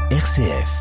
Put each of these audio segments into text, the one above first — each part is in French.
RCF.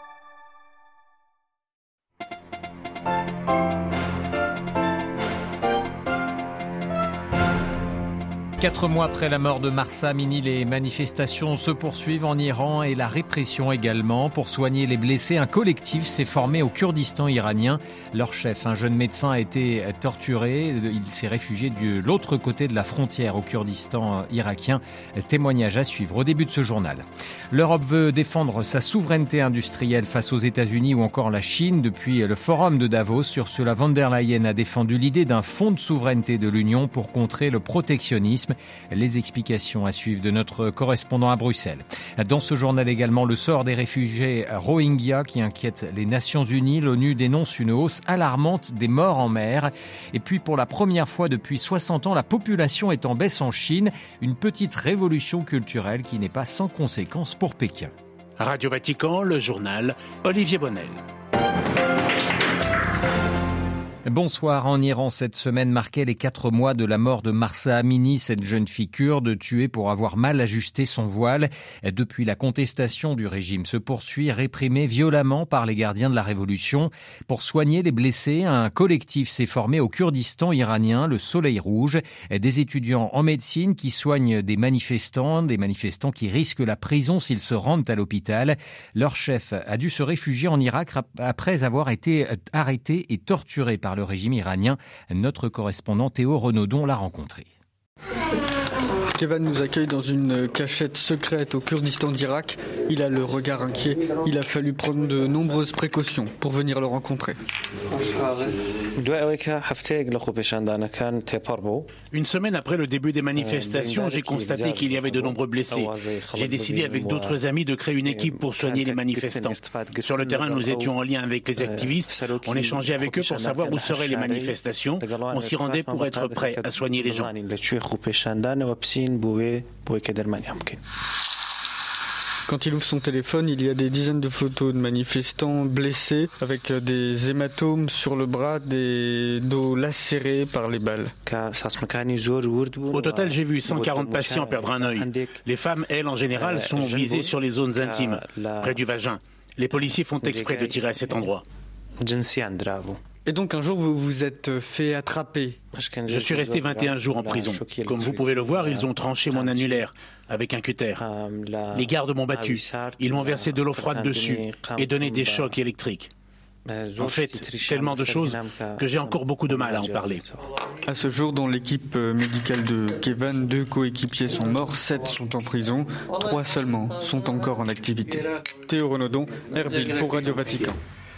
Quatre mois après la mort de Mahsa Amini, les manifestations se poursuivent en Iran et la répression également. Pour soigner les blessés, un collectif s'est formé au Kurdistan iranien. Leur chef, un jeune médecin, a été torturé. Il s'est réfugié de l'autre côté de la frontière au Kurdistan irakien. Témoignage à suivre au début de ce journal. L'Europe veut défendre sa souveraineté industrielle face aux États-Unis ou encore la Chine. Depuis le forum de Davos, Ursula von der Leyen a défendu l'idée d'un fonds de souveraineté de l'Union pour contrer le protectionnisme. Les explications à suivre de notre correspondant à Bruxelles. Dans ce journal également, le sort des réfugiés Rohingyas qui inquiètent les Nations Unies. L'ONU dénonce une hausse alarmante des morts en mer. Et puis pour la première fois depuis 60 ans, la population est en baisse en Chine. Une petite révolution culturelle qui n'est pas sans conséquences pour Pékin. Radio Vatican, le journal, Olivier Bonnel. Bonsoir. En Iran, cette semaine marquait les 4 mois de la mort de Mahsa Amini, cette jeune fille kurde tuée pour avoir mal ajusté son voile. Depuis, la contestation du régime se poursuit, réprimée violemment par les gardiens de la révolution. Pour soigner les blessés, un collectif s'est formé au Kurdistan iranien, le Soleil Rouge. Des étudiants en médecine qui soignent des manifestants qui risquent la prison s'ils se rendent à l'hôpital. Leur chef a dû se réfugier en Irak après avoir été arrêté et torturé par le régime iranien. Notre correspondant Théo Renaudon l'a rencontré. Kevan nous accueille dans une cachette secrète au Kurdistan d'Irak. Il a le regard inquiet. Il a fallu prendre de nombreuses précautions pour venir le rencontrer. Une semaine après le début des manifestations, j'ai constaté qu'il y avait de nombreux blessés. J'ai décidé avec d'autres amis de créer une équipe pour soigner les manifestants. Sur le terrain, nous étions en lien avec les activistes. On échangeait avec eux pour savoir où seraient les manifestations. On s'y rendait pour être prêt à soigner les gens. Quand il ouvre son téléphone, il y a des dizaines de photos de manifestants blessés avec des hématomes sur le bras, des dos lacérés par les balles. Au total, j'ai vu 140 patients perdre un œil. Les femmes, elles, en général, sont visées sur les zones intimes, près du vagin. Les policiers font exprès de tirer à cet endroit. Et donc un jour, vous vous êtes fait attraper. Je suis resté 21 jours en prison. Comme vous pouvez le voir, ils ont tranché mon annulaire avec un cutter. Les gardes m'ont battu. Ils m'ont versé de l'eau froide dessus et donné des chocs électriques. En fait, tellement de choses que j'ai encore beaucoup de mal à en parler. À ce jour, dans l'équipe médicale de Kevan, 2 coéquipiers sont morts, 7 sont en prison, 3 seulement sont encore en activité. Théo Renaudon, Erbil pour Radio Vatican.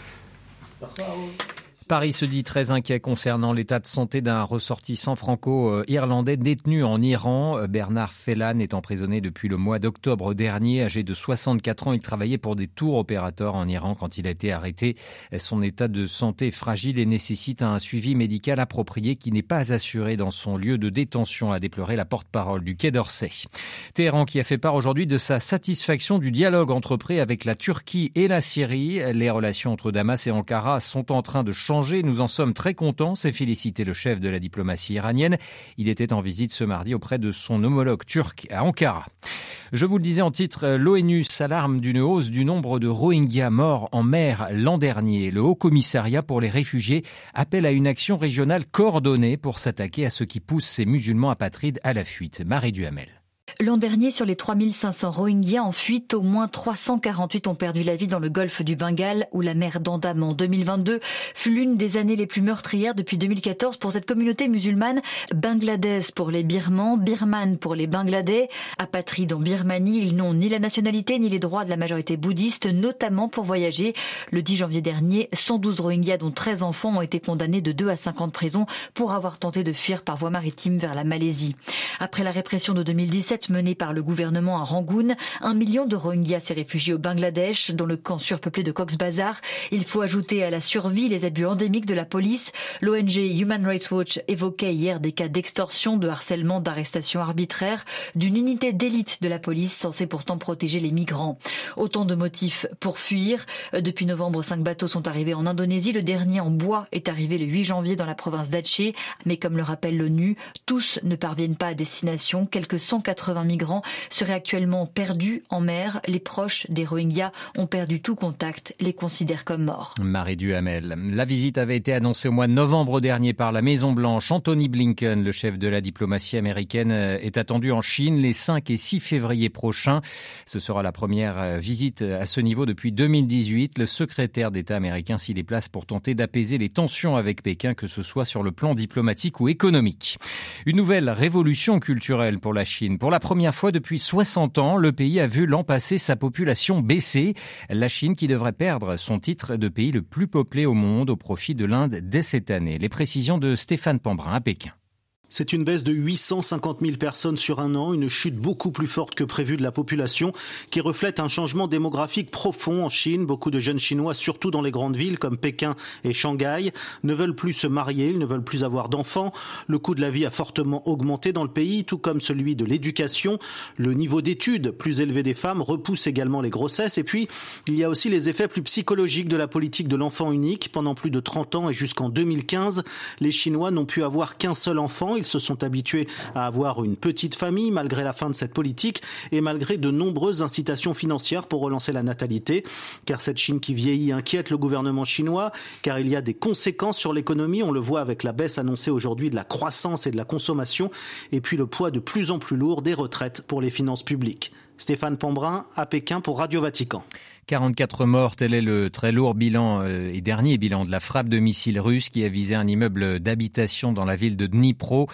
Paris se dit très inquiet concernant l'état de santé d'un ressortissant franco-irlandais détenu en Iran. Bernard Fellan est emprisonné depuis le mois d'octobre dernier. Âgé de 64 ans, il travaillait pour des tours opérateurs en Iran quand il a été arrêté. Son état de santé est fragile et nécessite un suivi médical approprié qui n'est pas assuré dans son lieu de détention, a déploré la porte-parole du Quai d'Orsay. Téhéran qui a fait part aujourd'hui de sa satisfaction du dialogue entrepris avec la Turquie et la Syrie. Les relations entre Damas et Ankara sont en train de changer. Nous en sommes très contents, s'est félicité le chef de la diplomatie iranienne. Il était en visite ce mardi auprès de son homologue turc à Ankara. Je vous le disais en titre, l'ONU s'alarme d'une hausse du nombre de Rohingyas morts en mer l'an dernier. Le Haut Commissariat pour les réfugiés appelle à une action régionale coordonnée pour s'attaquer à ce qui pousse ces musulmans apatrides à la fuite. Marie Duhamel. L'an dernier, sur les 3500 Rohingyas en fuite, au moins 348 ont perdu la vie dans le golfe du Bengale, où la mer d'Andaman en 2022 fut l'une des années les plus meurtrières depuis 2014 pour cette communauté musulmane bangladaise pour les Birmans, birmane pour les Bangladais. Apatrides en Birmanie, ils n'ont ni la nationalité ni les droits de la majorité bouddhiste, notamment pour voyager. Le 10 janvier dernier, 112 Rohingyas, dont 13 enfants, ont été condamnés de 2 à 5 ans de prison pour avoir tenté de fuir par voie maritime vers la Malaisie. Après la répression de 2017, menée par le gouvernement à Rangoon, 1 million de Rohingyas s'est réfugié au Bangladesh, dans le camp surpeuplé de Cox's Bazar. Il faut ajouter à la survie les abus endémiques de la police. L'ONG Human Rights Watch évoquait hier des cas d'extorsion, de harcèlement, d'arrestation arbitraire d'une unité d'élite de la police censée pourtant protéger les migrants. Autant de motifs pour fuir. Depuis novembre, 5 bateaux sont arrivés en Indonésie. Le dernier en bois est arrivé le 8 janvier dans la province d'Aceh. Mais comme le rappelle l'ONU, tous ne parviennent pas à destination. Quelques 180 180 migrants seraient actuellement perdus en mer. Les proches des Rohingyas ont perdu tout contact, les considèrent comme morts. Marie Duhamel. La visite avait été annoncée au mois de novembre dernier par la Maison-Blanche. Anthony Blinken, le chef de la diplomatie américaine, est attendu en Chine les 5 et 6 février prochains. Ce sera la première visite à ce niveau depuis 2018. Le secrétaire d'État américain s'y déplace pour tenter d'apaiser les tensions avec Pékin, que ce soit sur le plan diplomatique ou économique. Une nouvelle révolution culturelle pour la Chine. Pour la première fois depuis 60 ans, le pays a vu l'an passé sa population baisser. La Chine qui devrait perdre son titre de pays le plus peuplé au monde au profit de l'Inde dès cette année. Les précisions de Stéphane Pambrin à Pékin. C'est une baisse de 850 000 personnes sur un an, une chute beaucoup plus forte que prévu de la population qui reflète un changement démographique profond en Chine. Beaucoup de jeunes Chinois, surtout dans les grandes villes comme Pékin et Shanghai, ne veulent plus se marier, ils ne veulent plus avoir d'enfants. Le coût de la vie a fortement augmenté dans le pays, tout comme celui de l'éducation. Le niveau d'études plus élevé des femmes repousse également les grossesses. Et puis, il y a aussi les effets plus psychologiques de la politique de l'enfant unique. Pendant plus de 30 ans et jusqu'en 2015, les Chinois n'ont pu avoir qu'un seul enfant. Ils se sont habitués à avoir une petite famille malgré la fin de cette politique et malgré de nombreuses incitations financières pour relancer la natalité. Car cette Chine qui vieillit inquiète le gouvernement chinois, car il y a des conséquences sur l'économie. On le voit avec la baisse annoncée aujourd'hui de la croissance et de la consommation et puis le poids de plus en plus lourd des retraites pour les finances publiques. Stéphane Pambrin à Pékin pour Radio Vatican. 44 morts, tel est le très lourd bilan et dernier bilan de la frappe de missiles russes qui a visé un immeuble d'habitation dans la ville de Dnipro.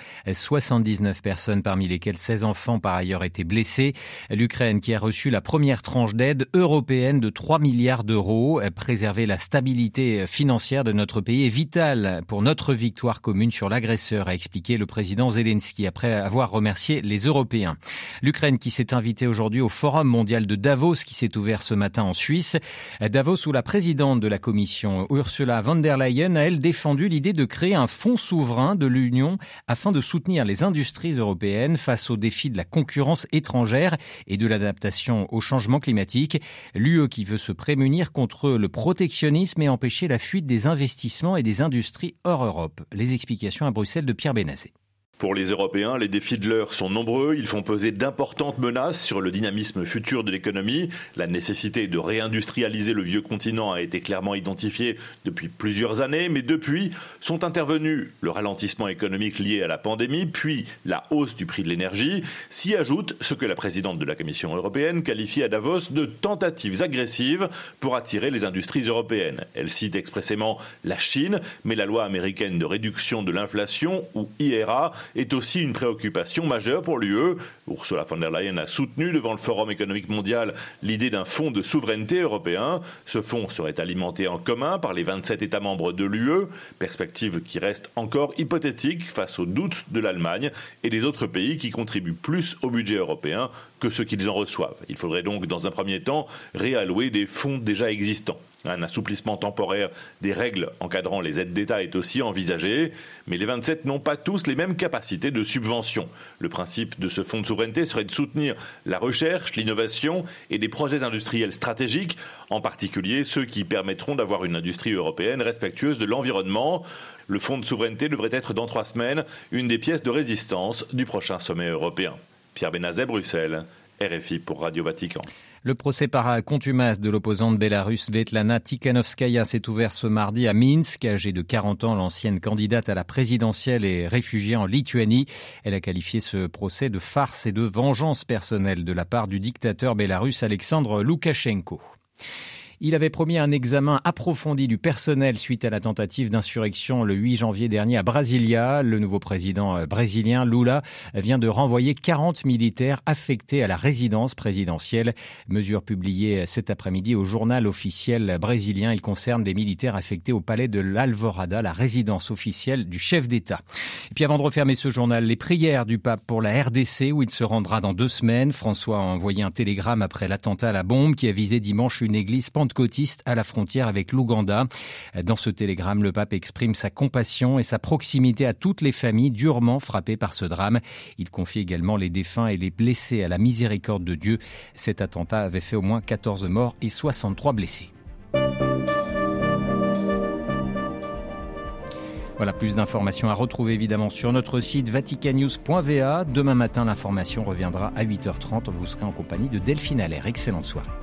79 personnes, parmi lesquelles 16 enfants par ailleurs étaient blessés. L'Ukraine qui a reçu la première tranche d'aide européenne de 3 milliards d'euros. Préserver la stabilité financière de notre pays est vital pour notre victoire commune sur l'agresseur, a expliqué le président Zelensky après avoir remercié les Européens. L'Ukraine qui s'est invitée aujourd'hui au Forum mondial de Davos qui s'est ouvert ce matin en Suisse. Davos, où la présidente de la Commission, Ursula von der Leyen, a elle défendu l'idée de créer un fonds souverain de l'Union afin de soutenir les industries européennes face aux défis de la concurrence étrangère et de l'adaptation au changement climatique. L'UE qui veut se prémunir contre le protectionnisme et empêcher la fuite des investissements et des industries hors Europe. Les explications à Bruxelles de Pierre Benazet. Pour les Européens, les défis de l'heure sont nombreux. Ils font peser d'importantes menaces sur le dynamisme futur de l'économie. La nécessité de réindustrialiser le vieux continent a été clairement identifiée depuis plusieurs années, mais depuis sont intervenus le ralentissement économique lié à la pandémie, puis la hausse du prix de l'énergie. S'y ajoute ce que la présidente de la Commission européenne qualifie à Davos de tentatives agressives pour attirer les industries européennes. Elle cite expressément la Chine, mais la loi américaine de réduction de l'inflation, ou IRA, est aussi une préoccupation majeure pour l'UE. Ursula von der Leyen a soutenu devant le Forum économique mondial l'idée d'un fonds de souveraineté européen. Ce fonds serait alimenté en commun par les 27 États membres de l'UE, perspective qui reste encore hypothétique face aux doutes de l'Allemagne et des autres pays qui contribuent plus au budget européen que ceux qu'ils en reçoivent. Il faudrait donc dans un premier temps réallouer des fonds déjà existants. Un assouplissement temporaire des règles encadrant les aides d'État est aussi envisagé, mais les 27 n'ont pas tous les mêmes capacités de subvention. Le principe de ce fonds de souveraineté serait de soutenir la recherche, l'innovation et des projets industriels stratégiques, en particulier ceux qui permettront d'avoir une industrie européenne respectueuse de l'environnement. Le fonds de souveraineté devrait être dans 3 semaines une des pièces de résistance du prochain sommet européen. Pierre Benazet, Bruxelles, RFI pour Radio Vatican. Le procès par contumace de l'opposante bélarusse Svetlana Tikhanovskaya s'est ouvert ce mardi à Minsk. Âgée de 40 ans, l'ancienne candidate à la présidentielle est réfugiée en Lituanie. Elle a qualifié ce procès de farce et de vengeance personnelle de la part du dictateur bélarusse Alexandre Loukachenko. Il avait promis un examen approfondi du personnel suite à la tentative d'insurrection le 8 janvier dernier à Brasilia. Le nouveau président brésilien, Lula, vient de renvoyer 40 militaires affectés à la résidence présidentielle. Mesure publiée cet après-midi au journal officiel brésilien. Il concerne des militaires affectés au palais de l'Alvorada, la résidence officielle du chef d'État. Et puis avant de refermer ce journal, les prières du pape pour la RDC où il se rendra dans 2 semaines. François a envoyé un télégramme après l'attentat à la bombe qui a visé dimanche une église pentecôtiste à la frontière avec l'Ouganda. Dans ce télégramme, le pape exprime sa compassion et sa proximité à toutes les familles durement frappées par ce drame. Il confie également les défunts et les blessés à la miséricorde de Dieu. Cet attentat avait fait au moins 14 morts et 63 blessés. Voilà, plus d'informations à retrouver évidemment sur notre site vaticannews.va. Demain matin, l'information reviendra à 8h30. Vous serez en compagnie de Delphine Allaire. Excellente soirée.